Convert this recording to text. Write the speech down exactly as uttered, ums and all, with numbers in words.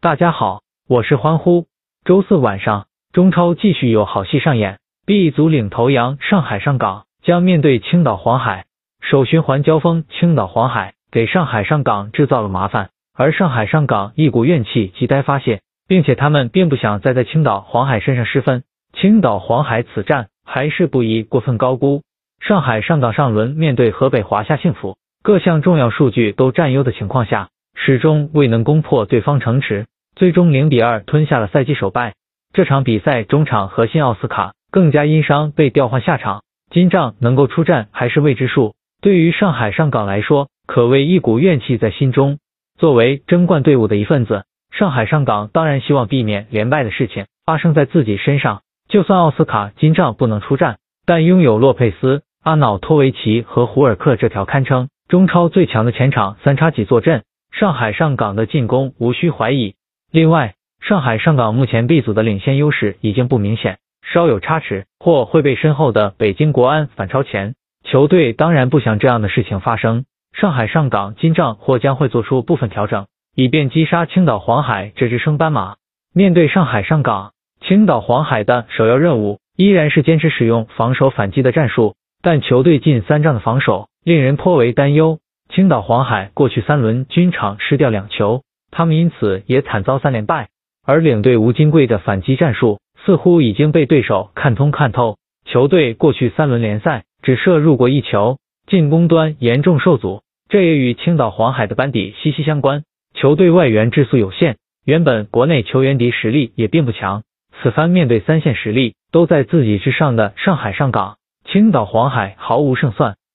大家好，我是欢呼。周四晚上，中超继续有好戏上演 ，B 组领头羊上海上港将面对青岛黄海。首循环交锋，青岛黄海给上海上港制造了麻烦，而上海上港一股怨气亟待发泄，并且他们并不想再在青岛黄海身上失分。青岛黄海此战还是不宜过分高估。上海上港上轮面对河北华夏幸福，各项重要数据都占优的情况下，始终未能攻破对方城池，最终零比二吞下了赛季首败。这场比赛中场核心奥斯卡更加因伤被调换下场，金帐能够出战还是未知数。对于上海上港来说，可谓一股怨气在心中。作为争冠队伍的一份子，上海上港当然希望避免连败的事情发生在自己身上。就算奥斯卡、金帐不能出战，但拥有洛佩斯、阿瑙托维奇和胡尔克这条堪称中超最强的前场三叉戟坐镇，上海上港的进攻无需怀疑。另外，上海上港目前 B 组的领先优势已经不明显，稍有差池或会被身后的北京国安反超前。球队当然不想这样的事情发生，上海上港、金帐或将会做出部分调整，以便击杀青岛黄海这只升班马。面对上海上港，青岛黄海的首要任务依然是坚持使用防守反击的战术，但球队近三仗的防守令人颇为担忧。青岛黄海过去三轮均场失掉两球，他们因此也惨遭三连败，而领队吴金贵的反击战术似乎已经被对手看通看透，球队过去三轮联赛只射入过一球，进攻端严重受阻，这也与青岛黄海的班底息息相关。球队外援质素有限，原本国内球员底实力也并不强，此番面对三线实力都在自己之上的上海上港，青岛黄海毫无胜算。